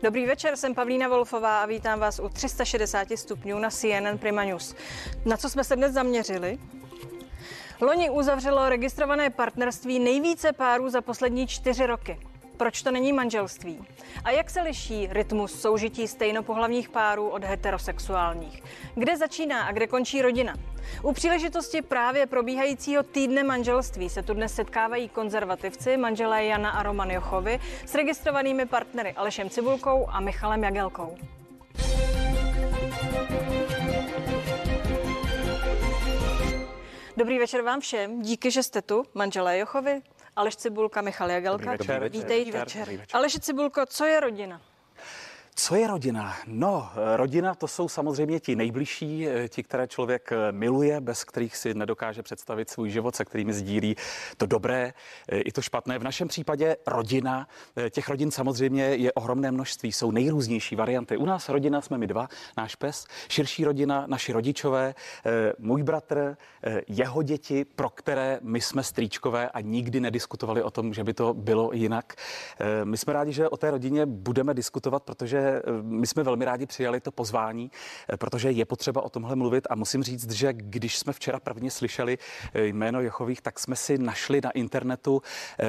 Dobrý večer, jsem Pavlína Wolfová a vítám vás u 360 stupňů na CNN Prima News. Na co jsme se dnes zaměřili? Loni uzavřelo registrované partnerství nejvíce párů za poslední 4 roky. Proč to není manželství? A jak se liší rytmus soužití stejnopohlavních párů od heterosexuálních? Kde začíná a kde končí rodina? U příležitosti právě probíhajícího týdne manželství se tu dnes setkávají konzervativci, manželé Jana a Roman Jochovi s registrovanými partnery Alešem Cibulkou a Michalem Jagelkou. Dobrý večer vám všem, díky, že jste tu, manželé Jochovi, Aleš Cibulka, Michal Jagelka. Vítejte. Aleš Cibulko, co je rodina? Co je rodina? No, rodina to jsou samozřejmě ti nejbližší, ti, které člověk miluje, bez kterých si nedokáže představit svůj život, se kterými sdílí to dobré i to špatné. V našem případě rodina, těch rodin samozřejmě je ohromné množství, jsou nejrůznější varianty. U nás rodina jsme my dva, náš pes, širší rodina, naši rodičové, můj bratr, jeho děti, pro které my jsme strýčkové a nikdy nediskutovali o tom, že by to bylo jinak. My jsme rádi, že o té rodině budeme diskutovat, protože my jsme velmi rádi přijali to pozvání, protože je potřeba o tomhle mluvit a musím říct, že když jsme včera prvně slyšeli jméno Jochových, tak jsme si našli na internetu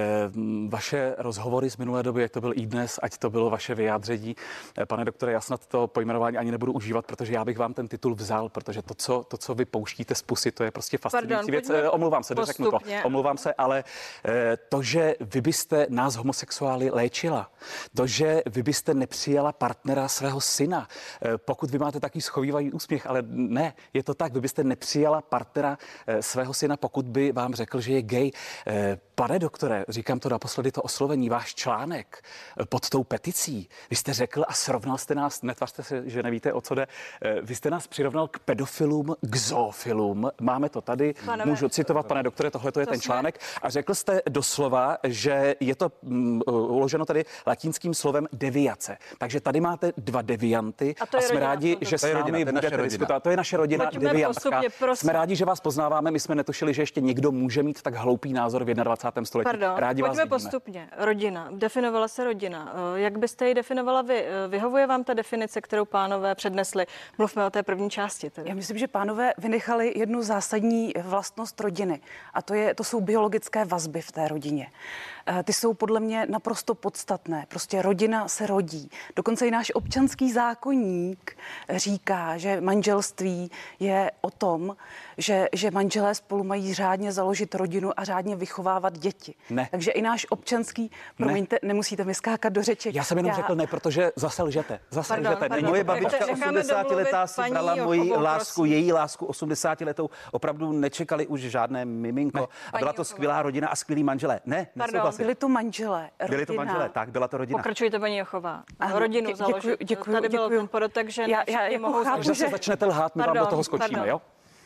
vaše rozhovory z minulé doby, jak to byl iDnes, ať to bylo vaše vyjádření. Pane doktore, já snad to pojmenování ani nebudu užívat, protože já bych vám ten titul vzal, protože to, co vy pouštíte z pusy, to je prostě fascinující věc. Omlouvám se, dořeknu to. Omlouvám se, ale to, že vy byste nás homosexuály léčila, to, že vy byste nepřijala partnera svého syna, pokud vy máte takový schovývavý úsměch, ale ne, je to tak, vy byste nepřijala partnera svého syna, pokud by vám řekl, že je gay. Pane doktore, říkám to naposledy, to oslovení, váš článek pod tou peticí, vy jste řekl a srovnal jste nás, netvařte se, že nevíte, o co jde, vy jste nás přirovnal k pedofilům, k zoofilům, máme to tady, můžu citovat, pane doktore, tohle to je ten článek, a řekl jste doslova, že je to uloženo tady latinským slovem deviace, takže tady máte dva devianty a jsme rádi, že s námi budete diskutovat. To je naše rodina deviantka. Jsme rádi, že vás poznáváme, my jsme netušili, že ještě někdo může mít tak hloupý názor v 21. století. Pardon, rádi pojďme postupně. Rodina, definovala se rodina. Jak byste ji definovala vy? Vyhovuje vám ta definice, kterou pánové přednesli? Mluvme o té první části. Tedy. Já myslím, že pánové vynechali jednu zásadní vlastnost rodiny a to jsou biologické vazby v té rodině. Ty jsou podle mě naprosto podstatné. Prostě rodina se rodí. Dokonce i náš občanský zákoník říká, že manželství je o tom, že manželé spolu mají řádně založit rodinu a řádně vychovávat děti. Ne. Takže i náš občanský, promiňte, nemusíte mi skákat do řeči. Já jsem jenom řekl ne, protože zase lžete. Moje babička 80letá si brala moji lásku, její lásku 80letou. Opravdu nečekali už žádné miminko. A byla to skvělá rodina a skvělí manželé. Ne, nesouhlasím. Byli to manželé. Byli to manželé, tak byla to rodina. Pokračujte, paní Jochová. Rodinu založit. Děkuji. Tady byl ten podotek, že já mohou chápu, že se začnete lhát, my vám do toho skočíme, jo?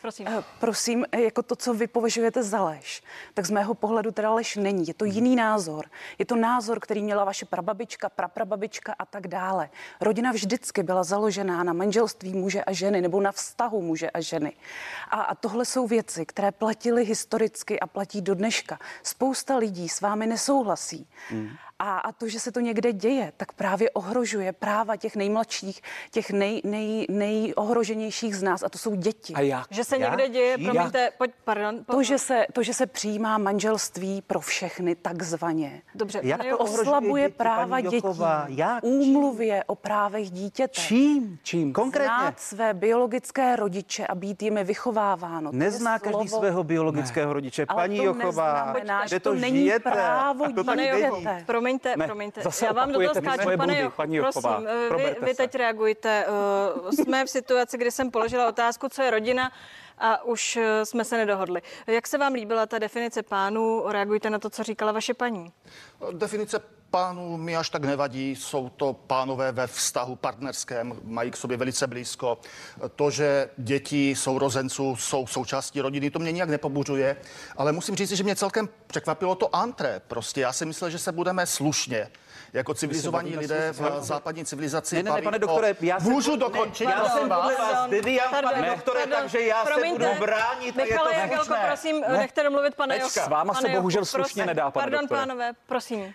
Prosím, jako to, co vy považujete za lež, tak z mého pohledu teda lež není. Je to jiný názor. Je to názor, který měla vaše prababička, praprababička a tak dále. Rodina vždycky byla založená na manželství muže a ženy nebo na vztahu muže a ženy. A tohle jsou věci, které platily historicky a platí do dneška. Spousta lidí s vámi nesouhlasí. A to, že se to někde děje, tak právě ohrožuje práva těch nejmladších, těch nejohroženějších z nás, a to jsou děti. A jak? Že se někde děje, promiňte, pardon. To, že se přijímá manželství pro všechny takzvaně. Dobře, jak to oslabuje práva dětí. Úmluvě o právech dítěte. Čím? Konkrétně? Znát své biologické rodiče a být jimi vychováváno. Nezná každý svého biologického rodiče. Paní Jochová, že to není právo dítěte. Promiňte. Já vám do toho skáču, pane prosím, vy teď reagujte. Jsme v situaci, kdy jsem položila otázku, co je rodina, a už jsme se nedohodli. Jak se vám líbila ta definice pánů? Reagujte na to, co říkala vaše paní. Definice pánů mi až tak nevadí, jsou to pánové ve vztahu partnerském, mají k sobě velice blízko. To, že děti sourozenců jsou součástí rodiny, to mě nijak nepobuřuje, ale musím říct, že mě celkem překvapilo to antré. Prostě já si myslel, že se budeme slušně jako civilizovaní lidé v západní civilizaci. Ne, pane doktore, já můžu dokončit. Já jsem podle vás deviant, pane doktore, takže já se budu bránit. Michale Jagelko, prosím, nechte domluvit pana Jocha. S váma se bohužel slušně nedá, pane doktore. Pardon, pánové, prosím.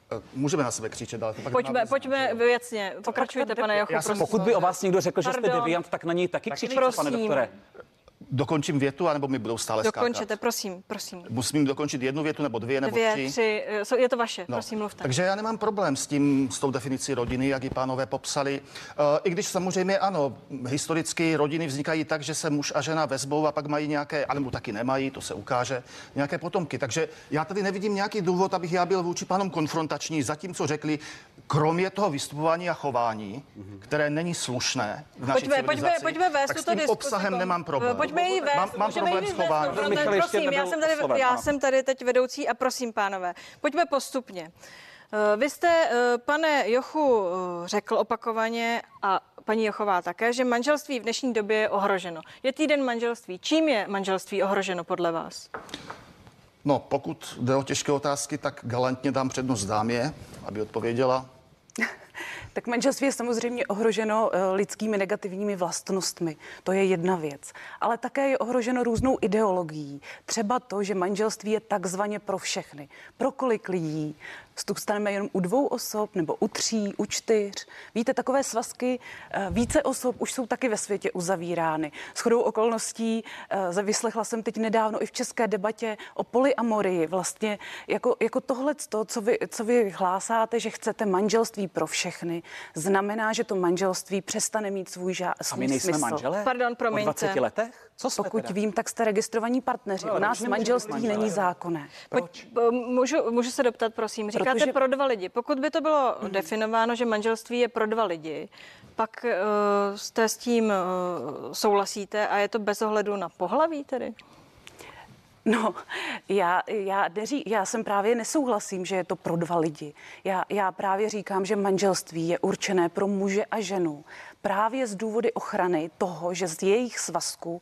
Můžeme na sebe křičet, ale to pak Pojďme věcně. Pokračujte, pane Jochu, prosím. Pokud by o vás někdo řekl, že jste deviant, tak na něj taky křičíte, pane doktore. Dokončím větu, anebo mi budou stále skákat? Dokončete, prosím. Musím dokončit jednu větu, nebo dvě, nebo tři? 3, je to vaše, prosím, mluvte. Takže já nemám problém s tou definicí rodiny, jak ji pánové popsali. I když samozřejmě ano, historicky rodiny vznikají tak, že se muž a žena vezmou a pak mají nějaké, anebo taky nemají, to se ukáže, nějaké potomky. Takže já tady nevidím nějaký důvod, abych já byl vůči pánům konfrontační, zatímco řekli, kromě toho vystupování a chování, které není slušné v naší civilizaci, pojďme vést tak s tuto tím diskuzi. obsahem nemám problém. Pojďme jí vést. Mám problém s chováním. Prosím, já jsem tady teď vedoucí a prosím, pánové, pojďme postupně. Vy jste, pane Jochu, řekl opakovaně a paní Jochová také, že manželství v dnešní době je ohroženo. Je týden manželství. Čím je manželství ohroženo podle vás? No, pokud jde o těžké otázky, tak galantně dám přednost dámě, aby odpověděla. Tak manželství je samozřejmě ohroženo lidskými negativními vlastnostmi. To je jedna věc. Ale také je ohroženo různou ideologií. Třeba to, že manželství je takzvaně pro všechny. Pro kolik lidí? Zůstaneme jenom u 2 osob nebo u 3, u 4. Víte, takové svazky více osob už jsou taky ve světě uzavírány. Shodou okolností vyslechla jsem teď nedávno i v české debatě o polyamorii. Vlastně jako tohleto, co vy hlásáte, že chcete manželství pro všechny, znamená, že to manželství přestane mít svůj smysl. A my nejsme manželé? Pardon, promiňte. Po 20 letech? Co jsme Pokud teda? vím, tak jste registrovaní partneři. U nás manželství není zákonné. Můžu se doptat, prosím. Říkáte pro 2 lidi. Pokud by to bylo definováno, že manželství je pro 2 lidi, pak jste s tím souhlasíte a je to bez ohledu na pohlaví tedy? No, já jsem právě nesouhlasím, že je to pro 2 lidi. Já právě říkám, že manželství je určené pro muže a ženu. Právě z důvody ochrany toho, že z jejich svazku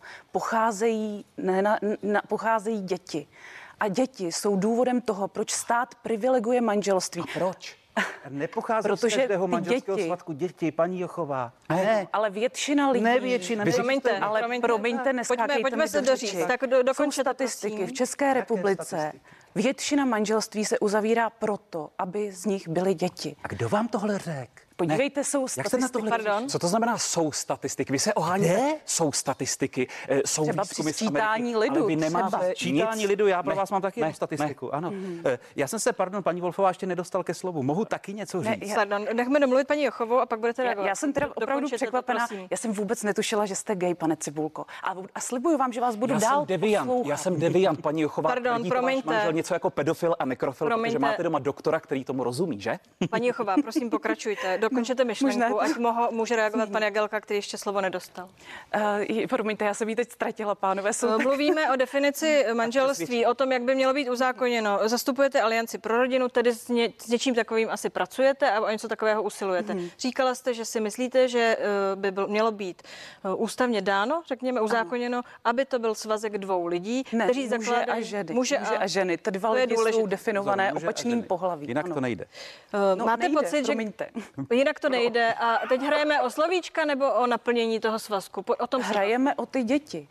pocházejí děti. A děti jsou důvodem toho, proč stát privileguje manželství. A proč? Nepochází Protože z každého ty manželského děti- svatku děti, paní Jochová. Ne, ale většina lidí... Ne většina. Promiňte, neskákejte Pojďme mi se do doříct. řeči. Tak Jsou dokončete, statistiky prosím. v České republice. statistiky? Většina manželství se uzavírá proto, aby z nich byly děti. A kdo vám tohle řekl? Podívejte, jsou Jak jste na statistiky. tohle? Pardon? Co to znamená jsou statistiky? Vy se oháníte, jsou statistiky, jsou Třeba výzkumy při z Ameriky, sčítání lidu, ale vy třeba. nemáte Čítání nic. lidu, já pro Ne, vás mám taky ne, jednu statistiku, ano. Mhm. Já jsem se, paní Wolfová, ještě nedostal ke slovu. Mohu taky něco říct? Pardon, nechme domluvit paní Jochovou a pak budete reagovat. Já jsem teda opravdu Dokončete to, překvapená. prosím. Já jsem vůbec netušila, že jste gay, pane Cibulko. A slibuju vám, že vás budu Já dál jsem deviant, poslouchat. já jsem deviant, paní Jochová. Pardon, Vidí to váš promiňte. manžel něco jako pedofil a nekrofil, protože Promiňte. máte doma doktora, který tomu rozumí, že? Paní Jochová, prosím, pokračujte. Dokončete myšlenku, ať může reagovat pan Jagelka, který ještě slovo nedostal. Promiňte, já jsem ji teď ztratila, pánové. Mluvíme o definici manželství, o tom, jak by mělo být uzákoněno. Zastupujete Alianci pro rodinu, tedy s něčím takovým asi pracujete a o něco takového usilujete. Říkala jste, že si myslíte, že by mělo být ústavně dáno, řekněme, uzákoněno, aby to byl svazek 2 lidí, Ne, kteří muže zakládají a ženy. Muže a ženy. Ty 2 To je lidi důležité. jsou definované Muže a opačným ženy. pohlavím. Jinak Ano. to nejde. No, máte nejde, pocit, promiňte. že jinak to nejde a teď hrajeme o slovíčka nebo o naplnění toho svazku? O tom Hrajeme o ty děti.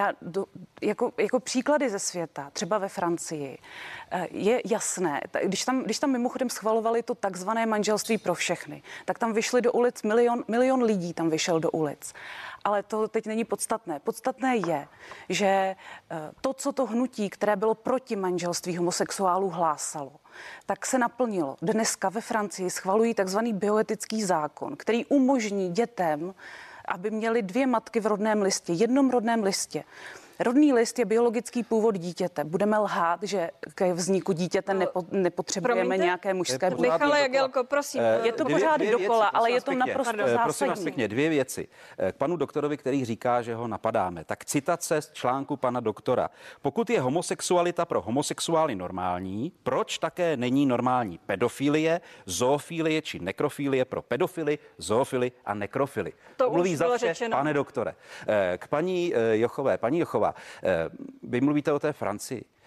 Jako příklady ze světa, třeba ve Francii, je jasné, když tam mimochodem schvalovali to takzvané manželství pro všechny, tak tam vyšli do ulic, milion lidí tam vyšel do ulic. Ale to teď není podstatné. Podstatné je, že to hnutí, které bylo proti manželství homosexuálů, hlásalo, tak se naplnilo. Dneska ve Francii schvalují takzvaný bioetický zákon, který umožní dětem, aby měli 2 matky v rodném listě, jednom rodném listě. Rodný list je biologický původ dítěte. Budeme lhát, že ke vzniku dítěte nepotřebujeme Promiňte? nějaké mužské To je buňky. Michale Jagelko, prosím. Je to Dvě pořád věci, dokola, ale prosím je to vás naprosto pěkně. Prosím vás zásadní. pěkně, 2 věci. K panu doktorovi, který říká, že ho napadáme. Tak citace z článku pana doktora. Pokud je homosexualita pro homosexuály normální, proč také není normální pedofilie, zoofilie či nekrofilie pro pedofily, zoofily a nekrofily? To už mluví za bylo vše, řečeno. pane doktore. K paní Jochové. Paní Jochová, vy mluvíte o té Francii.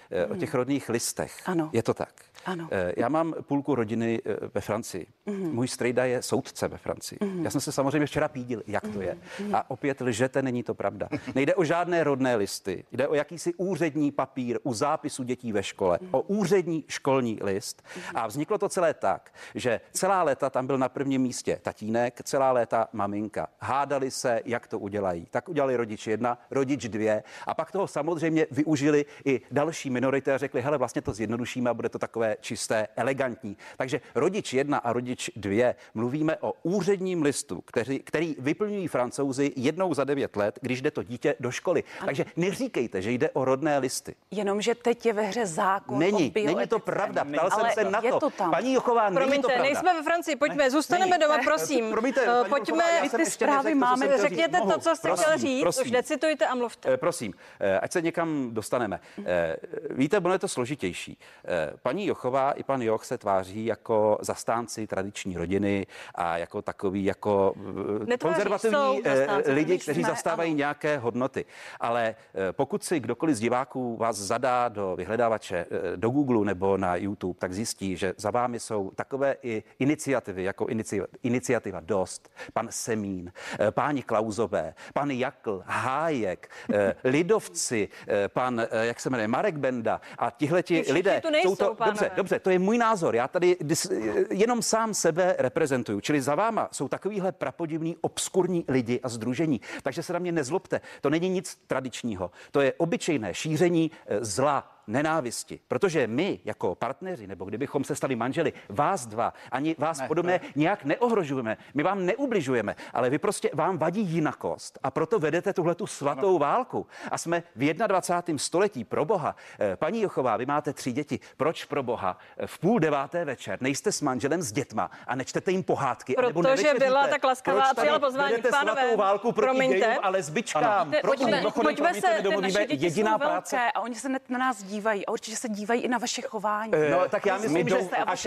o těch rodných listech. Ano. Je to tak? Ano. Já mám půlku rodiny ve Francii. Můj strejda je soudce ve Francii. Já jsem se samozřejmě včera pídil, jak to je. A opět lžete, není to pravda. Nejde o žádné rodné listy. Jde o jakýsi úřední papír u zápisu dětí ve škole. O úřední školní list. A vzniklo to celé tak, že celá léta tam byl na prvním místě tatínek, celá léta maminka. Hádali se, jak to udělají. Tak udělali rodič 1, rodič 2 a pak toho samozřejmě využili i další minority a řekli, hele, vlastně to zjednodušíme a bude to takové čisté, elegantní. Takže rodič 1 a rodič 2 mluvíme o úředním listu, který vyplňují Francouzi jednou za 9 let, když jde to dítě do školy. Takže neříkejte, že jde o rodné listy. Jenomže teď je ve hře zákon. Není to pravda. Ptal jsem se na to. Tam. Paní Jochová, není to pravda. Nejsme ve Francii, pojďme, zůstaneme doma, prosím. Pojďme, ty zprávy máme. Řekněte to, co jste chtěl říct, už necitujte a mluvte. Prosím, ať se někam dostaneme. Víte, bude to složitější. Paní Jochová i pan Joch se tváří jako zastánci tradiční rodiny a jako takový, jako konzervativní lidi, kteří zastávají nějaké hodnoty. Ale pokud si kdokoliv z diváků vás zadá do vyhledávače, do Google nebo na YouTube, tak zjistí, že za vámi jsou takové i iniciativy, jako iniciativa Dost, pan Semín, páni Klausové, pan Jakl, Hájek, lidovci, pan, jak se jmenuje, Marek Benda a tihleti lidé. Jsou to, dobře, to je můj názor. Já tady jenom sám sebe reprezentuju. Čili za váma jsou takovýhle prapodivní, obskurní lidi a sdružení. Takže se na mě nezlobte. To není nic tradičního. To je obyčejné šíření zla, nenávisti. Protože my jako partneři, nebo kdybychom se stali manželi, vás dva, ani vás podobné nějak neohrožujeme. My vám neubližujeme, ale vy prostě vám vadí jinakost a proto vedete tuhletu svatou válku. A jsme v 21. století, pro boha. Paní Jochová, vy máte 3 děti. Proč pro boha v 8:30 večer nejste s manželem s dětma a nečtete jim pohádky? Protože byla tak laskavá a přijala pozvání. Pánové, svatou válku proti gejům a lesbičkám? Pojďme se domluvíme, jediná práce. A oni se na nás dívají a určitě se dívají i na vaše chování. No, tak já myslím, že až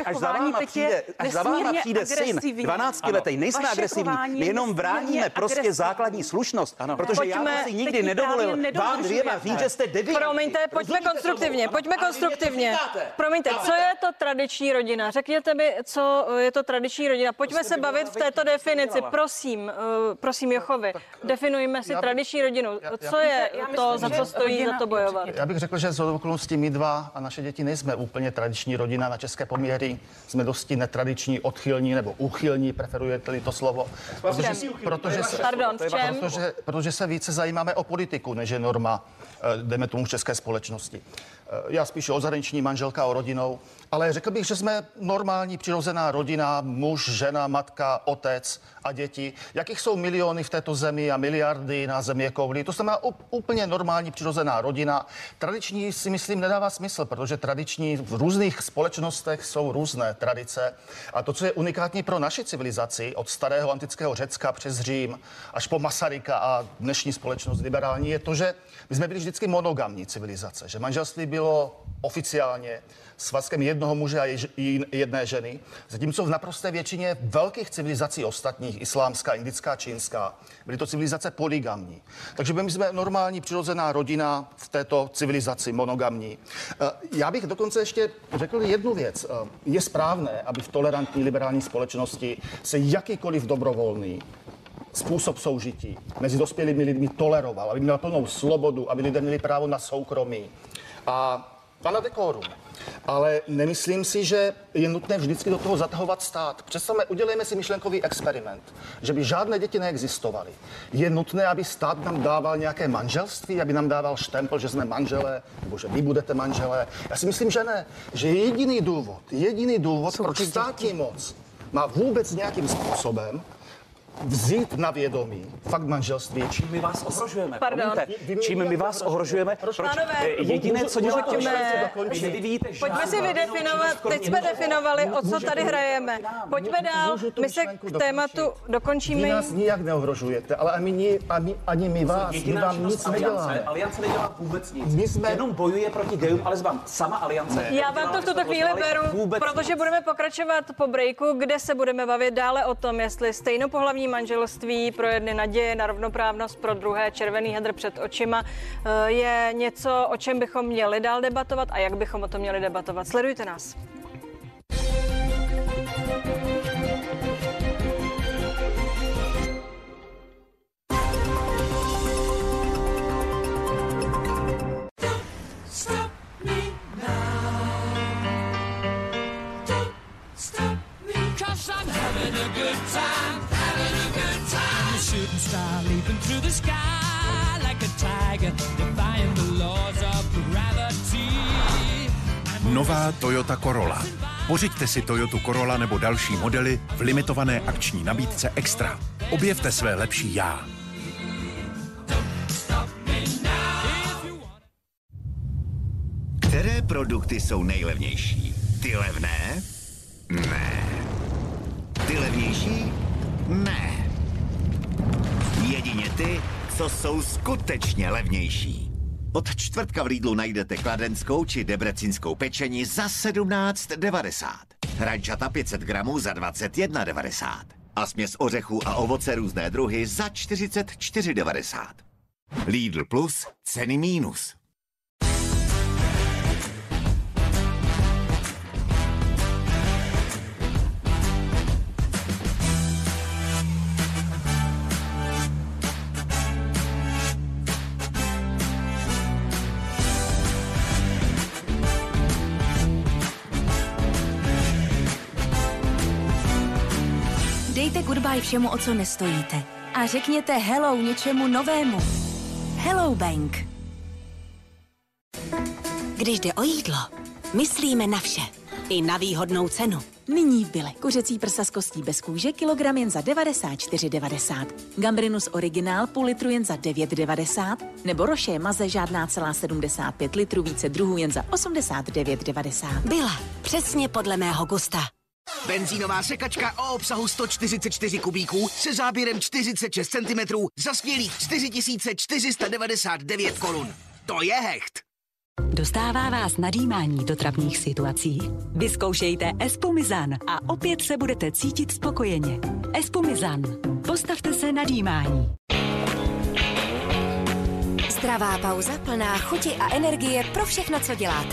za váma přijde syn 12letý, nejsme agresivní, my jenom bráníme prostě základní slušnost, protože já bych si nikdy nedovolil vám dvěma říct, že jste debili. Promiňte, pojďme konstruktivně. Promiňte, co je to tradiční rodina? Řekněte mi, co je to tradiční rodina. Pojďme se bavit v této definici. Prosím Jochovi, definujme si tradiční rodinu. Co je to, za co stojí za to bojovat? Já bych řekl, že z okolností my dva a naše děti nejsme úplně tradiční rodina na české poměry. Jsme dosti netradiční, odchylní nebo úchylní, preferujete-li to slovo. Protože se více zajímáme o politiku, než je norma, jdeme tomu v české společnosti. Já spíš o zahraniční, manželka, o rodinou, ale řekl bych, že jsme normální, přirozená rodina, muž, žena, matka, otec a děti. Jakých jsou miliony v této zemi a miliardy na zeměkouli. To znamená úplně normální, přirozená rodina. Tradiční si myslím nedává smysl, protože tradiční v různých společnostech jsou různé tradice. A to, co je unikátní pro naši civilizaci, od starého antického Řecka přes Řím až po Masaryka a dnešní společnost liberální, je to, že my jsme byli vždycky monogamní civilizace, že manželství bylo oficiálně svazkem jednoho muže a jedné ženy, zatímco v naprosté většině velkých civilizací ostatních, islámská, indická, čínská, byly to civilizace polygamní. Takže my jsme normální přirozená rodina v této civilizaci monogamní. Já bych dokonce ještě řekl jednu věc. Je správné, aby v tolerantní liberální společnosti se jakýkoliv dobrovolný způsob soužití mezi dospělými lidmi toleroval, aby měl plnou svobodu, aby lidé měli právo na soukromí a na dekorum. Ale nemyslím si, že je nutné vždycky do toho zatahovat stát. Udělejme si myšlenkový experiment, že by žádné děti neexistovaly. Je nutné, aby stát nám dával nějaké manželství, aby nám dával štempel, že jsme manželé, nebo že vy budete manželé. Já si myslím, že ne. Že jediný důvod, proč státní moc má vůbec nějakým způsobem vzít na vědomí fakt manželství. Čím my vás ohrožujeme? Pardon. Čím my vás ohrožujeme? Jediné, co děláme, pojďme si vydefinovat, teď jsme definovali, o co tady hrajeme. Pojďme dál, my se k tématu dokončíme. Vy nás nijak neohrožujete, ale ani my vás, my vám nic neděláme. Aliance nedělá vůbec nic. Jenom bojuje proti gejům, ale vám sama Aliance. Já vám to v tuto chvíli beru, protože budeme pokračovat po breaku, kde se budeme bavit dále o tom, jestli stejnopohlavní legální manželství, pro jedny naděje na rovnoprávnost, pro druhé červený hadr před očima je něco, o čem bychom měli dál debatovat a jak bychom o tom měli debatovat. Sledujte nás. Nová Toyota Corolla. Pořiďte si Toyotu Corolla nebo další modely v limitované akční nabídce Extra. Objevte své lepší já. Které produkty jsou nejlevnější? Ty levné? Ne. Ty levnější? Ne. Jedině ty, co jsou skutečně levnější. Od čtvrtka v Lidlu najdete kladenskou či debrecínskou pečení za 17,90. Rajčata 500 gramů za 21,90. A směs ořechů a ovoce různé druhy za 44,90. Lidl Plus, ceny mínus. Dejte goodbye všemu, o co nestojíte. A řekněte hello něčemu novému. Hello Bank. Když jde o jídlo, myslíme na vše. I na výhodnou cenu. Nyní v Bile. Kuřecí prsa z kostí bez kůže, kilogram jen za 94,90. Gambrinus originál půl litru jen za 9,90. Nebo Roše maze žádná celá 75 litrů, více druhů jen za 89,90. Bile. Přesně podle mého gusta. Benzínová sekačka o obsahu 144 kubíků se záběrem 46 cm za smělých 4499 korun. To je hecht. Dostává vás nadýmání do trapných situací? Vyzkoušejte Espumizan a opět se budete cítit spokojeně. Espumizan. Postavte se nadýmání. Zdravá pauza plná chuti a energie pro všechno, co děláte.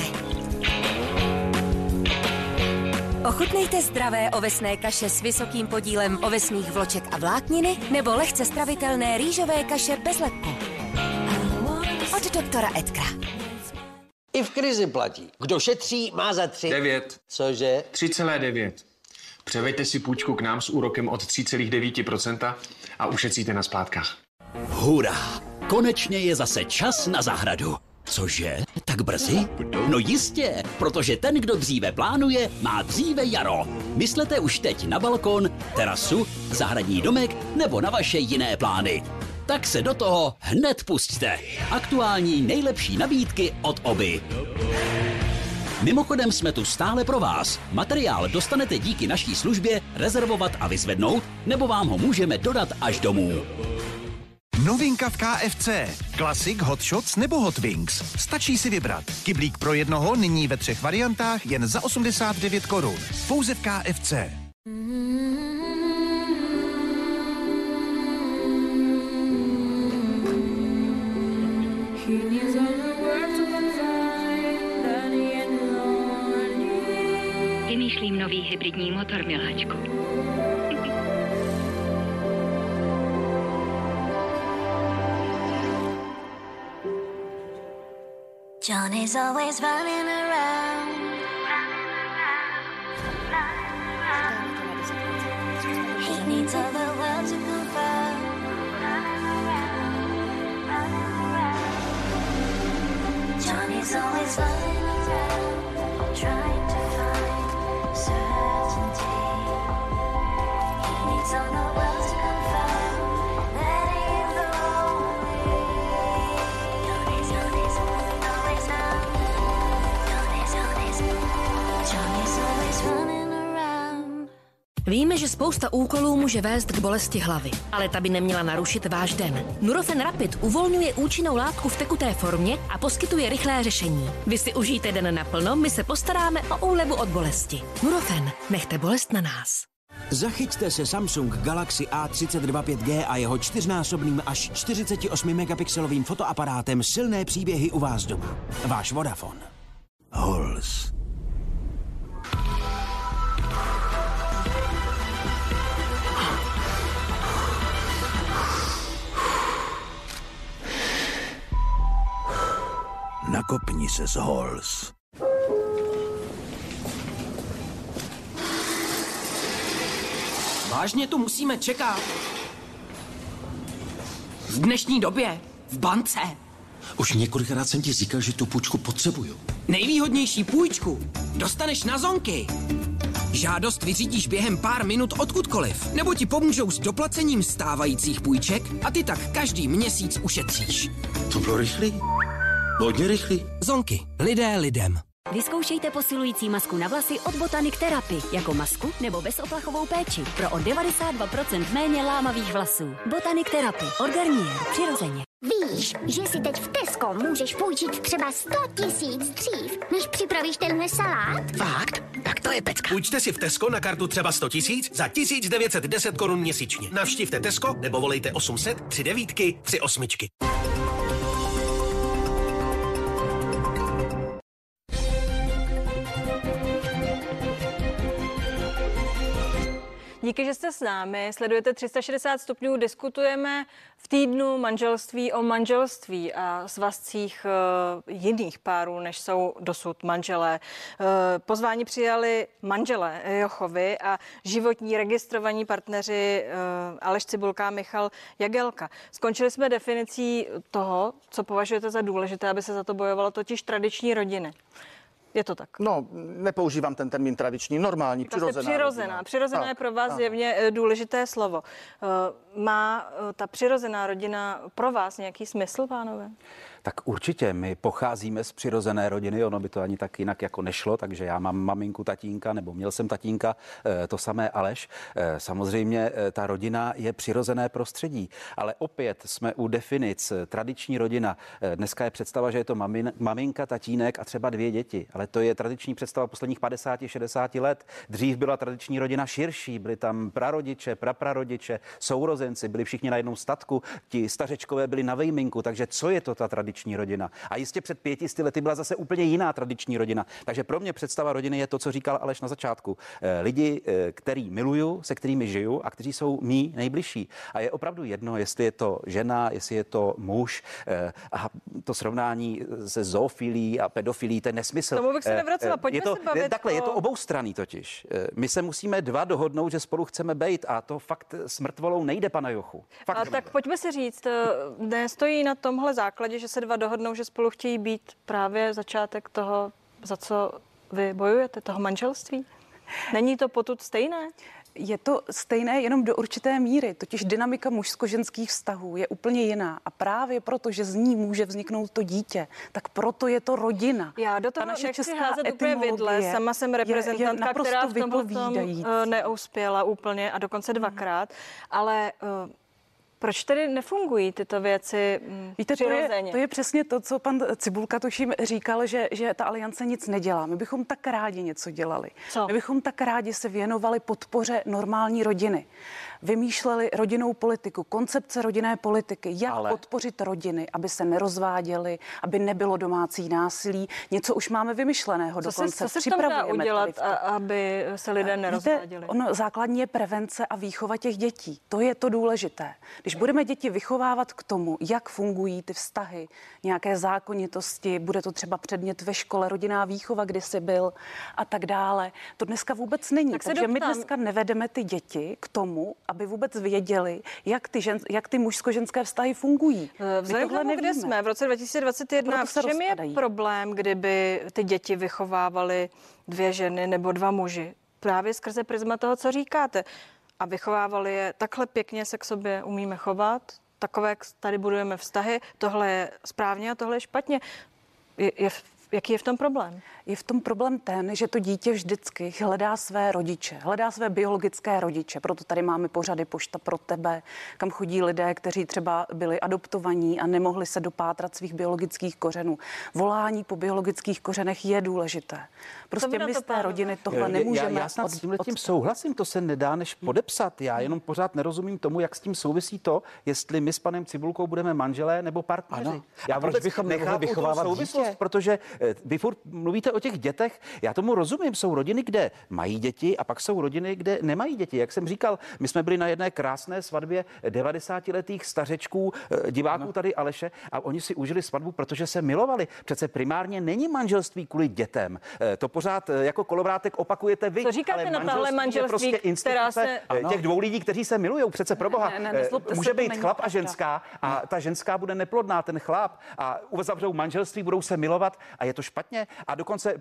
Ochutnejte zdravé ovesné kaše s vysokým podílem ovesných vloček a vlákniny nebo lehce stravitelné rýžové kaše bez lepku. Od doktora Edkra. I v krizi platí. Kdo šetří, má za 3. 9. Cože? 3,9. Převejte si půjčku k nám s úrokem od 3,9% a ušetříte na splátkách. Hurá! Konečně je zase čas na zahradu. Cože? Tak brzy? No jistě, protože ten, kdo dříve plánuje, má dříve jaro. Myslete už teď na balkon, terasu, zahradní domek nebo na vaše jiné plány. Tak se do toho hned pusťte. Aktuální nejlepší nabídky od Oby. Mimochodem jsme tu stále pro vás. Materiál dostanete díky naší službě rezervovat a vyzvednout, nebo vám ho můžeme dodat až domů. Novinka v KFC. Classic, Hot Shots nebo Hot Wings. Stačí si vybrat. Kyblík pro jednoho nyní ve 3 variantách jen za 89 korun. Pouze v KFC. Vymýšlím nový hybridní motor, miláčku. Johnny's always running around. He needs all the world to confirm. Johnny's always running around, trying to find certainty. He needs all the world to confirm that he is lonely. Johnny's always running around. Víme, že spousta úkolů může vést k bolesti hlavy, ale ta by neměla narušit váš den. Nurofen Rapid uvolňuje účinnou látku v tekuté formě a poskytuje rychlé řešení. Vy si užijte den naplno, my se postaráme o úlevu od bolesti. Nurofen, nechte bolest na nás. Zachyťte se Samsung Galaxy A32 5G a jeho 4násobným až 48 megapixelovým fotoaparátem silné příběhy u vás doma. Váš Vodafone. Halls. Nakopni se z Halls. Vážně tu musíme čekat? V dnešní době? V bance? Už několikrát jsem ti říkal, že tu půjčku potřebuju. Nejvýhodnější půjčku dostaneš na Zonky. Žádost vyřídíš během pár minut odkudkoliv, nebo ti pomůžou s doplacením stávajících půjček a ty tak každý měsíc ušetříš. To bylo rychlý? Hodně rychlý. Zonky. Lidé lidem. Vyzkoušejte posilující masku na vlasy od Botanic Therapy jako masku nebo bezoplachovou péči pro o 92% méně lámavých vlasů. Botanic Therapy od Garnier. Přirozeně. Víš, že si teď v Tesco můžeš půjčit třeba 100 000 dřív, než připravíš tenhle salát? Fakt? Tak to je pecka. Půjčte si v Tesco na kartu třeba 100 000 za 1910 korun měsíčně. Navštivte Tesco nebo volejte 800 39 38. Díky, že jste s námi, sledujete 360 stupňů, diskutujeme v týdnu manželství o manželství a svazcích jiných párů, než jsou dosud manželé. Pozvání přijali manželé Jochovi a životní registrovaní partneři Aleš Cibulka a Michal Jagelka. Skončili jsme definicí toho, co považujete za důležité, aby se za to bojovalo, totiž tradiční rodiny. Je to tak? No, nepoužívám ten termín tradiční, normální, přirozená. Přirozená je pro vás zjevně důležité slovo. Má ta přirozená rodina pro vás nějaký smysl, pánové? Tak určitě, my pocházíme z přirozené rodiny, ono by to ani tak jinak jako nešlo, takže já mám maminku, tatínka, nebo měl jsem tatínka, to samé Aleš. Samozřejmě ta rodina je přirozené prostředí, ale opět jsme u definic tradiční rodina. Dneska je představa, že je to maminka, tatínek a třeba 2 děti, ale to je tradiční představa posledních 50-60 let. Dřív byla tradiční rodina širší, byli tam prarodiče, praprarodiče, sourozenci, byli všichni na jednom statku, ti stařečkové byli na vejminku, takže co je to ta tradiční rodina? A jistě před 500 lety byla zase úplně jiná tradiční rodina. Takže pro mě představa rodiny je to, co říkal Aleš na začátku. Lidi, který miluju, se kterými žiju a kteří jsou mí nejbližší. A je opravdu jedno, jestli je to žena, jestli je to muž. A to srovnání se zoofilí a pedofilí, to je nesmysl. Tomu bych se nevracela, pojďme se bavit. Takhle, je to oboustranný totiž. My se musíme 2 dohodnout, že spolu chceme bejt a to fakt s mrtvolou nejde, pana Jochu. Fakt a tak pojďme si říct, nestojí na tomhle základě, že se 2 dohodnou, že spolu chtějí být právě začátek toho, za co vy bojujete, toho manželství? Není to potud stejné? Je to stejné jenom do určité míry, totiž dynamika mužsko-ženských vztahů je úplně jiná a právě proto, že z ní může vzniknout to dítě, tak proto je to rodina. Já do toho nechci házet úplně vidle, sama jsem reprezentantka, která v tomhle neuspěla úplně a dokonce 2krát, ale proč tedy nefungují tyto věci přirozeně? To je přesně to, co pan Cibulka tuším říkal, že ta aliance nic nedělá. My bychom tak rádi něco dělali. Co? My bychom tak rádi se věnovali podpoře normální rodiny. Vymýšleli rodinnou politiku, koncepce rodinné politiky, jak podpořit rodiny, aby se nerozváděly, aby nebylo domácí násilí. Něco už máme vymyšleného dokonce. Co se tam dá udělat, aby se lidé nerozváděli? Ono základní je prevence a výchova těch dětí. To je to důležité. Když budeme děti vychovávat k tomu, jak fungují ty vztahy, nějaké zákonitosti, bude to třeba předmět ve škole, rodinná výchova, kdy jsi byl a tak dále. To dneska vůbec není. Takže my dneska nevedeme ty děti k tomu, aby vůbec věděli, jak ty mužsko-ženské vztahy fungují. Vzhledem k tomu, kde jsme v roce 2021, v čem je problém, kdyby ty děti vychovávaly 2 ženy nebo 2 muži? Právě skrze prizma toho, co říkáte. A vychovávali je, takhle pěkně se k sobě umíme chovat, takové tady budujeme vztahy, tohle je správně a tohle je špatně. Je Jaký je v tom problém? Je v tom problém ten, že to dítě vždycky hledá své rodiče, hledá své biologické rodiče. Proto tady máme pořady Pošta pro tebe, kam chodí lidé, kteří třeba byli adoptovaní a nemohli se dopátrat svých biologických kořenů. Volání po biologických kořenech je důležité. Prostě my z té rodiny tohle nemůžeme. Já snad s tímhletím souhlasím, to se nedá než podepsat. Já jenom pořád nerozumím tomu, jak s tím souvisí to, jestli my s panem Cibulkou budeme manželé nebo partneři. Ano. Já proč bychom nemohli vychovávat souvislost, protože vy furt mluvíte o těch dětech. Já tomu rozumím. Jsou rodiny, kde mají děti a pak jsou rodiny, kde nemají děti. Jak jsem říkal, my jsme byli na jedné krásné svatbě 90letých stařečků, diváků tady Aleše a oni si užili svatbu, protože se milovali. Přece primárně není manželství kvůli dětem. To pořád jako kolovrátek opakujete vy. Co říkáte na tahle manželství, prostě která se... těch dvou lidí, kteří se milujou, přece pro Boha. Může být chlap a ženská a ta ženská bude neplodná, ten chlap a uzavřou manželství, budou se milovat a je to špatně. A dokonce,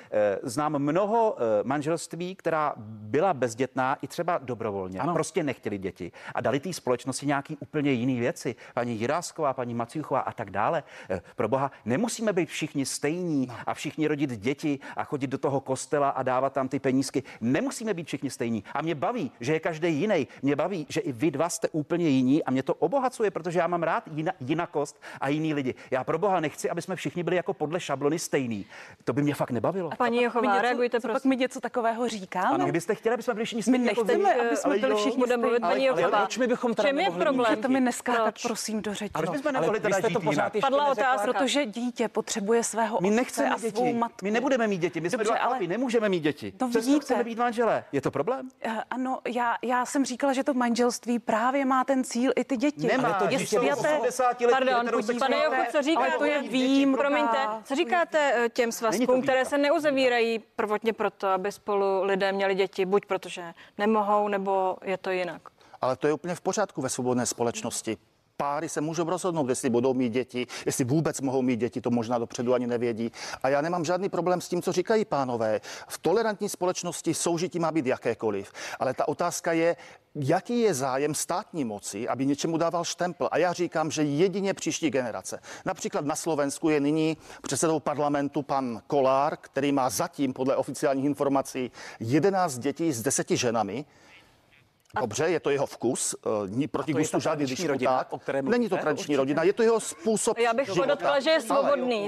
znám mnoho manželství, která byla bezdětná i třeba dobrovolně. Ano. Prostě nechtěli děti a dali té společnosti nějaký úplně jiný věci. Paní Jirásková, paní Maciuchová a tak dále. Pro Boha, nemusíme být všichni stejní a všichni rodit děti a chodit do toho kostela a dávat tam ty penízky. Nemusíme být všichni stejní. A mě baví, že je každý jiný. Mě baví, že i vy dva jste úplně jiní a mě to obohacuje, protože já mám rád jinakost a jiný lidi. Já pro Boha nechci, aby jsme všichni byli jako podle šablony stejný. To by mě fakt nebavilo. A paní Jochová, reagujte, prosím. Pak mi něco takového říkáme. Ano, kdybyste chtěli, aby jsme byli všichni stejní. My nechceme, aby jsme byli všichni stejní. Paní Jochová, proč my bychom teda čem je problém? Můžete mi neskákat, prosím, do řeči. Ale jsme nemohli teda žít jinak. Padla otázka. Protože dítě potřebuje svého otce a svou matku. My nebudeme mít děti, my jsme dva chlapi, nemůžeme mít děti. To přesto vidíte. chceme být manželé. Je to problém? Ano, já jsem říkala, že to manželství právě má ten cíl i ty děti. Nemá, ale to je dítě Pardon, pane Jocho, co říkáte? Ale to je výjimka. Promiňte, co říkáte těm svazkům, které se neuzavírají prvotně proto, aby spolu lidé měli děti, buď protože nemohou, nebo je to jinak? Ale to je úplně v pořádku ve svobodné společnosti. Páry se můžou rozhodnout, jestli budou mít děti, jestli vůbec mohou mít děti, to možná dopředu ani nevědí. A já nemám žádný problém s tím, co říkají pánové. V tolerantní společnosti soužití má být jakékoliv. Ale ta otázka je, jaký je zájem státní moci, aby něčemu dával štempl. A já říkám, že jedině příští generace. Například na Slovensku je nyní předsedou parlamentu pan Kolár, který má zatím podle oficiálních informací 11 dětí s 10 ženami. Dobře, je to jeho vkus, proti gustu žádný disputák. Není to tradiční rodina, je to jeho způsob Já bych podotkla, že je svobodný.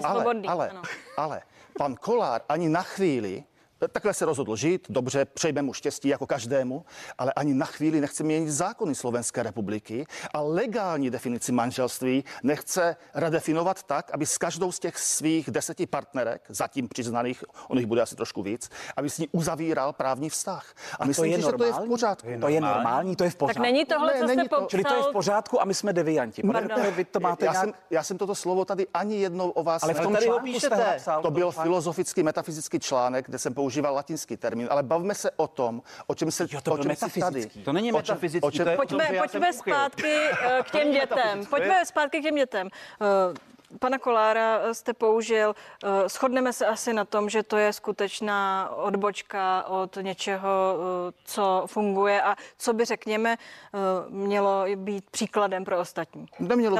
Ale pan Kolár ani na chvíli, takhle se rozhodl žít, dobře, přejme mu štěstí jako každému, ale ani na chvíli nechce měnit zákony Slovenské republiky a legální definici manželství nechce redefinovat tak, aby s každou z těch svých 10 partnerek, zatím přiznaných, on jich bude asi trošku víc, aby s ní uzavíral právní vztah. A myslím si, že to je v pořádku. To je normální, to je v pořádku. Tak není tohle, co jste popsal? Čili to je v pořádku a my jsme devianti. Vy to máte já jsem toto slovo tady ani jednou o vás... Ale v tom článku jste napsal. To byl filozofický, metafyzický článek, kde jsem používal latinský termín, ale bavme se o tom, o čem se tady. To není metafyzický. Pojďme zpátky k těm dětem. Pojďme zpátky k těm dětem. Pana Kolára jste použil, shodneme se asi na tom, že to je skutečná odbočka od něčeho, co funguje a co by, řekněme, mělo být příkladem pro ostatní. Nemělo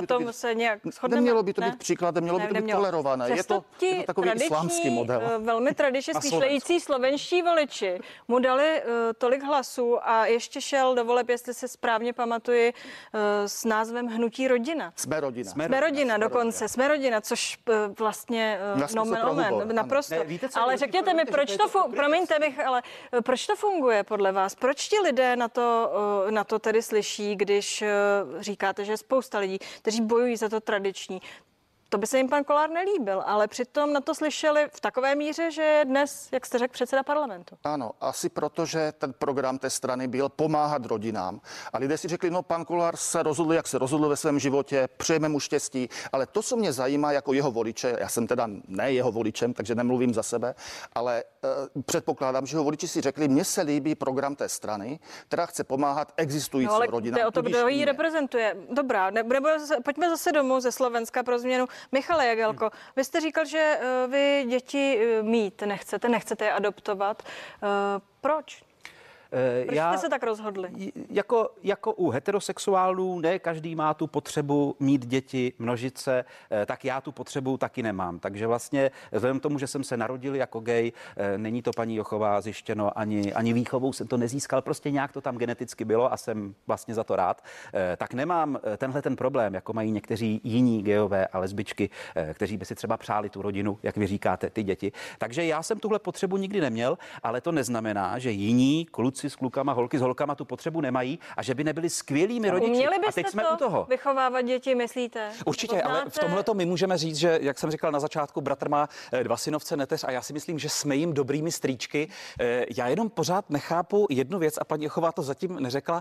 by to být příkladem, mělo by to být tolerované. Je to takový islámský model. Velmi tradičně smýšlející slovenští voliči mu dali tolik hlasů a ještě šel do voleb, jestli se správně pamatuji, s názvem Hnutí rodina. Jsme rodina dokonce. Jsme rodina, což vlastně naprosto. Ne, víte, ale řekněte mi, proč to promiňte bych, ale proč to funguje podle vás? Proč ti lidé na to tedy slyší, když říkáte, že je spousta lidí, kteří bojují za to tradiční? To by se jim pan Kolár nelíbil, ale přitom na to slyšeli v takové míře, že je dnes, jak jste řekl, předseda parlamentu. Ano, asi proto, že ten program té strany byl pomáhat rodinám. A lidé si řekli, no pan Kolár se rozhodl, jak se rozhodl ve svém životě, přejeme mu štěstí, ale to, co mě zajímá jako jeho voliče, já jsem teda ne jeho voličem, takže nemluvím za sebe, ale předpokládám, že jeho voliči si řekli, mně se líbí program té strany, která chce pomáhat existujícím rodinám. Ale to, kdo ji reprezentuje. Dobrá, pojďme zase domů ze Slovenska pro změnu. Michale Jagelko, vy jste říkal, že vy děti mít nechcete je adoptovat. Proč? Proč jste se tak rozhodli? Jako u heterosexuálů, ne každý má tu potřebu mít děti, množit se, tak já tu potřebu taky nemám. Takže vlastně vzhledem k tomu, že jsem se narodil jako gay, není to paní Jochová zjištěno, ani výchovou jsem to nezískal, prostě nějak to tam geneticky bylo a jsem vlastně za to rád, tak nemám tenhle ten problém, jako mají někteří jiní gayové a lesbičky, kteří by si třeba přáli tu rodinu, jak vy říkáte, ty děti. Takže já jsem tuhle potřebu nikdy neměl, ale to neznamená, že jiní kluci s klukama, holky s holkama tu potřebu nemají a že by nebyli skvělými rodiči. Měli A teď jsme u toho. Vychovávat děti, myslíte? Určitě, ale v tomhleto my můžeme říct, že, jak jsem říkal na začátku, bratr má 2 synovce neteř a já si myslím, že jsme jim dobrými strýčky. Já jenom pořád nechápu jednu věc a paní Jochová to zatím neřekla.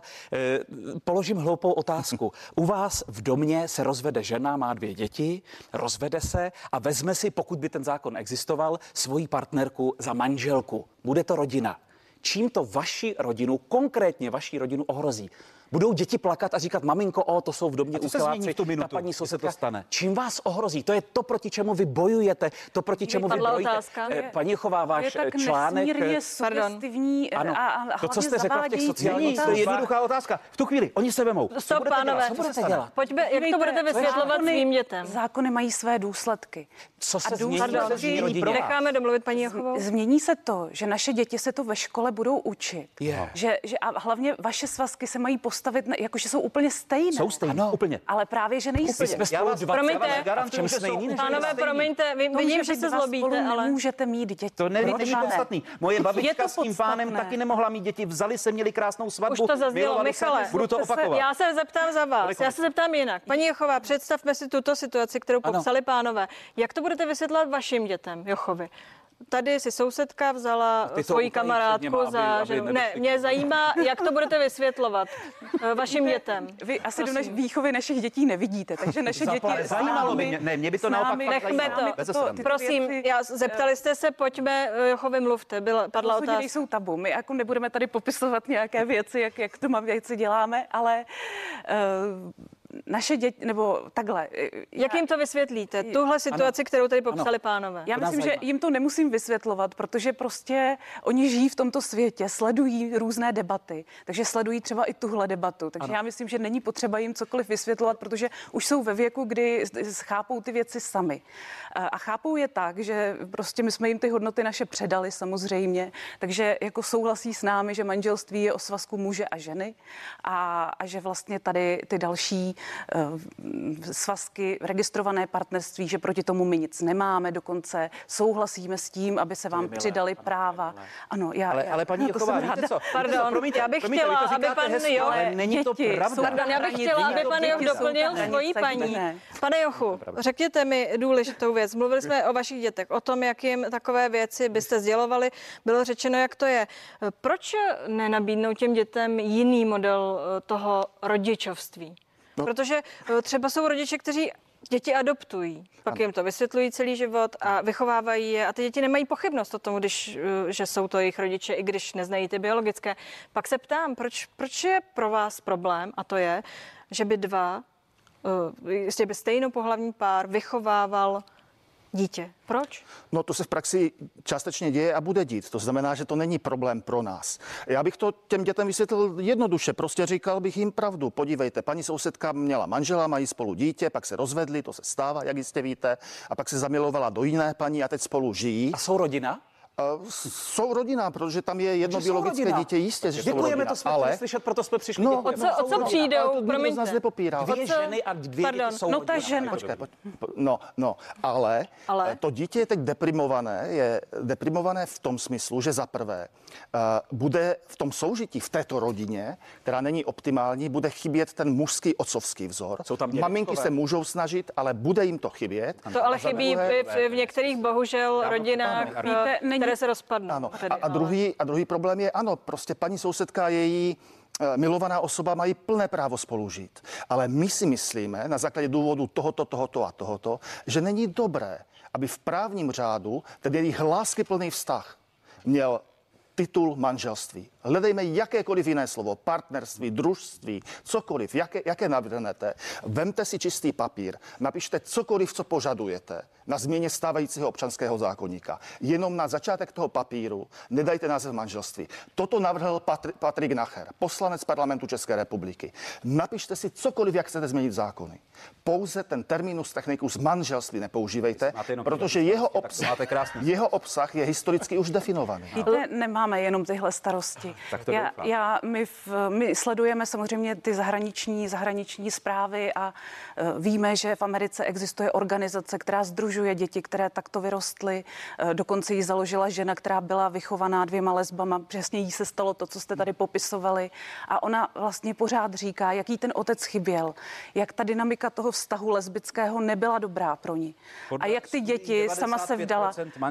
Položím hloupou otázku. U vás v domě se rozvede žena, má 2 děti, rozvede se a vezme si, pokud by ten zákon existoval, svoji partnerku za manželku. Bude to rodina. Čím to vaši rodinu, konkrétně vaši rodinu ohrozí? Budou děti plakat a říkat, maminko, to jsou v domě úchylláci, ta paní sousedka. Čím vás ohrozí? To je to, proti čemu vy bojujete, to, proti čemu vy bojíte. Paní Jochová, váš článek... sugestivní a to, co jste řekla v těch sociálních to je jednoduchá otázka. V tu chvíli, oni se vemou. Stop, pánové, co budete dělat? Pojďme, jak to budete vysvětlovat svým dětem? Zákony mají své důsledky. Co se změní? Necháme domluvit paní Jochovou. Změní se to, že naše děti se to ve škole budou učit. Že a hlavně vaše svazky se mají postavit, jakože jsou úplně stejné. Jsou stejné, úplně. Ale právě, že nejsou. Promiňte, pánové, promiňte, vidím, že se zlobíte, ale nemůžete mít děti. To není podstatný. Moje babička s tím pánem taky nemohla mít děti, vzali se, měli krásnou svatbu. Už to zaznělo, Michale. Budu to opakovat. Já se zeptám za vás. Já se zeptám jinak. Paní Jochová, představme si tuto situaci, kterou popsali pánové. Jak to budete vysvětlovat vašim dětem, Jochovi? Tady si sousedka vzala svoji kamarádku za ženu. Ne, mě zajímá, jak to budete vysvětlovat vašim dětem. Vy asi do výchovy našich dětí nevidíte, takže naše děti... Zajímalo by mě, mě by to naopak nechme to. Prosím, zeptali jste se, pojďme, Jochovi mluvte, padla otázka. Nejsou tabu, my jako nebudeme tady popisovat nějaké věci, jak to věci děláme, ale... naše děti, nebo takhle. Jak jim to vysvětlíte? Tuhle situaci, kterou tady popsali pánové. Já myslím, že jim to nemusím vysvětlovat, protože prostě oni žijí v tomto světě, sledují různé debaty, takže sledují třeba i tuhle debatu. Takže já myslím, že není potřeba jim cokoliv vysvětlovat, protože už jsou ve věku, kdy chápou ty věci sami. A chápou je tak, že prostě my jsme jim ty hodnoty naše předali samozřejmě, takže jako souhlasí s námi, že manželství je o svazku muže a ženy a že vlastně tady ty další svazky, registrované partnerství, že proti tomu my nic nemáme, dokonce souhlasíme s tím, aby se vám přidali práva. Ano, ale paní Jochová, víte co? Pardon, já bych chtěla, aby pan Joch... Není to pravda. Já bych chtěla, aby pan Joch doplnil svoji paní. Pane Jochu, řekněte mi důležitou věc. Mluvili jsme o vašich dětech, o tom, jak jim takové věci byste sdělovali. Bylo řečeno, jak to je. Proč nenabídnout těm dětem jiný model toho rodičovství? Protože třeba jsou rodiče, kteří děti adoptují, pak jim to vysvětlují celý život a vychovávají je a ty děti nemají pochybnost o tom, že jsou to jejich rodiče, i když neznají ty biologické. Pak se ptám, proč je pro vás problém, a to je, že by by stejnopohlavní pár vychovával dítě. Proč? No to se v praxi částečně děje a bude dít. To znamená, že to není problém pro nás. Já bych to těm dětem vysvětlil jednoduše. Prostě říkal bych jim pravdu. Podívejte, paní sousedka měla manžela, mají spolu dítě, pak se rozvedli, to se stává, jak jistě víte, a pak se zamilovala do jiné paní a teď spolu žijí. A jsou rodina? Jsou rodina, protože tam je jedno biologické dítě, jistě, že jsou rodina. To jsme chtěli slyšet, proto jsme přišli. O co přijdou? Promiňte. Nás nepopírá. 2 ženy a 2 děti jsou rodina. Ta žena. Počkej, ale to dítě je teď deprimované v tom smyslu, že za prvé bude v tom soužití v této rodině, která není optimální, bude chybět ten mužský otcovský vzor. Maminky se můžou snažit, ale bude jim to chybět. To ale chybí v některých bohužel rodinách, které se rozpadnou. Ano. A druhý problém je, prostě paní sousedka, její milovaná osoba mají plné právo spolužít. Ale my si myslíme, na základě důvodu tohoto, že není dobré, aby v právním řádu ten jejich láskyplný vztah měl titul manželství. Hledejme jakékoliv jiné slovo, partnerství, družství, cokoliv, jaké navrhnete. Vemte si čistý papír, napište cokoliv, co požadujete na změně stávajícího občanského zákoníka. Jenom na začátek toho papíru nedajte název manželství. Toto navrhl Patrik Nacher, poslanec parlamentu České republiky. Napište si cokoliv, jak chcete změnit zákony. Pouze ten terminus technicus manželství nepoužívejte, protože jeho obsah je historicky už definovaný. Víte, nemáme jenom tyhle starosti. My sledujeme samozřejmě ty zahraniční zprávy a víme, že v Americe existuje organizace, která sdružuje děti, které takto vyrostly. Dokonce ji založila žena, která byla vychovaná 2 lesbama. Přesně jí se stalo to, co jste tady popisovali. A ona vlastně pořád říká, jaký ten otec chyběl, jak ta dynamika toho vztahu lesbického nebyla dobrá pro ní. A jak ty děti, sama se vdala.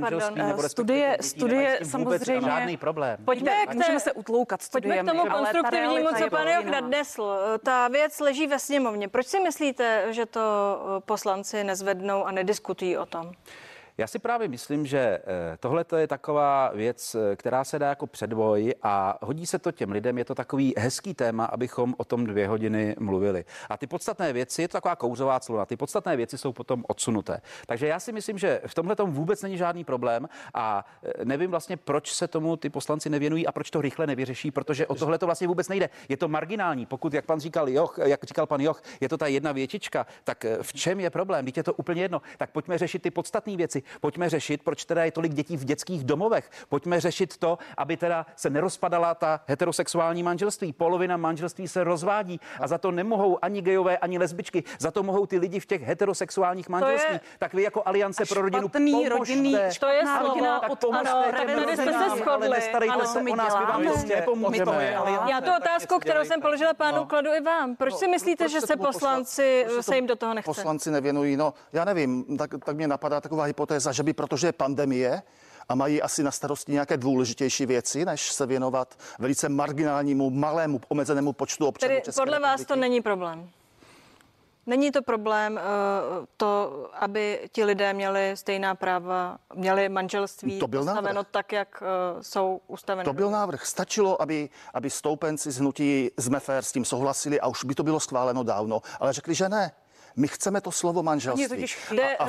Studie samozřejmě. Žádný problém. Můžeme se utloukat studiemi. Pojďme k tomu konstruktivnímu, co pan Joch nadnesl. Ta věc leží ve sněmovně. Proč si myslíte, že to poslanci nezvednou a nediskutují o tom? Já si právě myslím, že tohle je taková věc, která se dá jako předvoj a hodí se to těm lidem. Je to takový hezký téma, abychom o tom 2 hodiny mluvili. A ty podstatné věci, je to taková kouřová clona, ty podstatné věci jsou potom odsunuté. Takže já si myslím, že v tomhle tom vůbec není žádný problém a nevím vlastně, proč se tomu ty poslanci nevěnují a proč to rychle nevyřeší, protože o tohle to vlastně vůbec nejde. Je to marginální. Pokud, jak říkal pan Joch, je to ta jedna větička, tak v čem je problém? Vždyť je to úplně jedno. Tak pojďme řešit ty podstatné věci. Pojďme řešit, proč teda je tolik dětí v dětských domovech. Pojďme řešit to, aby teda se nerozpadala ta heterosexuální manželství. Polovina manželství se rozvádí a za to nemohou ani gejové, ani lesbičky. Za to mohou ty lidi v těch heterosexuálních manželství. Tak vy jako Aliance pro rodinu pomožte. To je rodina tady jsme se shodli. Nestarejte se o nás, my vám prostě nepomůžeme. Já tu otázku, kterou jsem položila pánu, kladu i vám. Proč si myslíte, že se poslanci se jim do toho nechce? Poslanci nevěnují, já nevím, tak mě napadá taková hypotéza, že by, protože je pandemie a mají asi na starosti nějaké důležitější věci, než se věnovat velice marginálnímu, malému, omezenému počtu občanů České republiky. Podle vás to není problém? Není to problém to, aby ti lidé měli stejná práva, měli manželství ustaveno tak, jak jsou ustaveny? To byl návrh. Stačilo, aby stoupenci z hnutí Jsme fér s tím souhlasili a už by to bylo schváleno dávno, ale řekli, že ne. My chceme to slovo manželství. A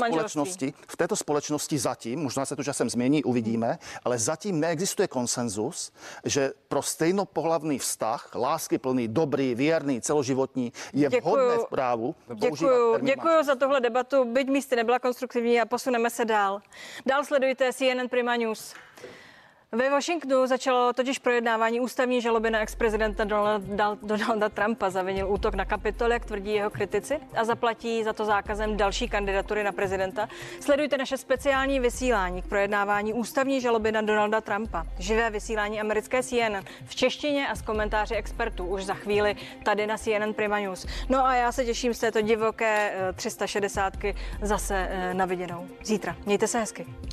v této společnosti zatím, možná se to časem změní, uvidíme, ale zatím neexistuje konsenzus, že pro stejnopohlavný vztah, láskyplný, dobrý, věrný, celoživotní, je vhodné v právu používat termín. Děkuji za tohle debatu, byť místy nebyla konstruktivní a posuneme se dál. Dál sledujte CNN Prima News. Ve Washingtonu začalo totiž projednávání ústavní žaloby na ex-prezidenta Donalda Trumpa. Zavinil útok na Kapitol, jak tvrdí jeho kritici, a zaplatí za to zákazem další kandidatury na prezidenta. Sledujte naše speciální vysílání k projednávání ústavní žaloby na Donalda Trumpa. Živé vysílání americké CNN v češtině a s komentáři expertů už za chvíli tady na CNN Prima News. No a já se těším z této divoké 360 zase na viděnou zítra. Mějte se hezky.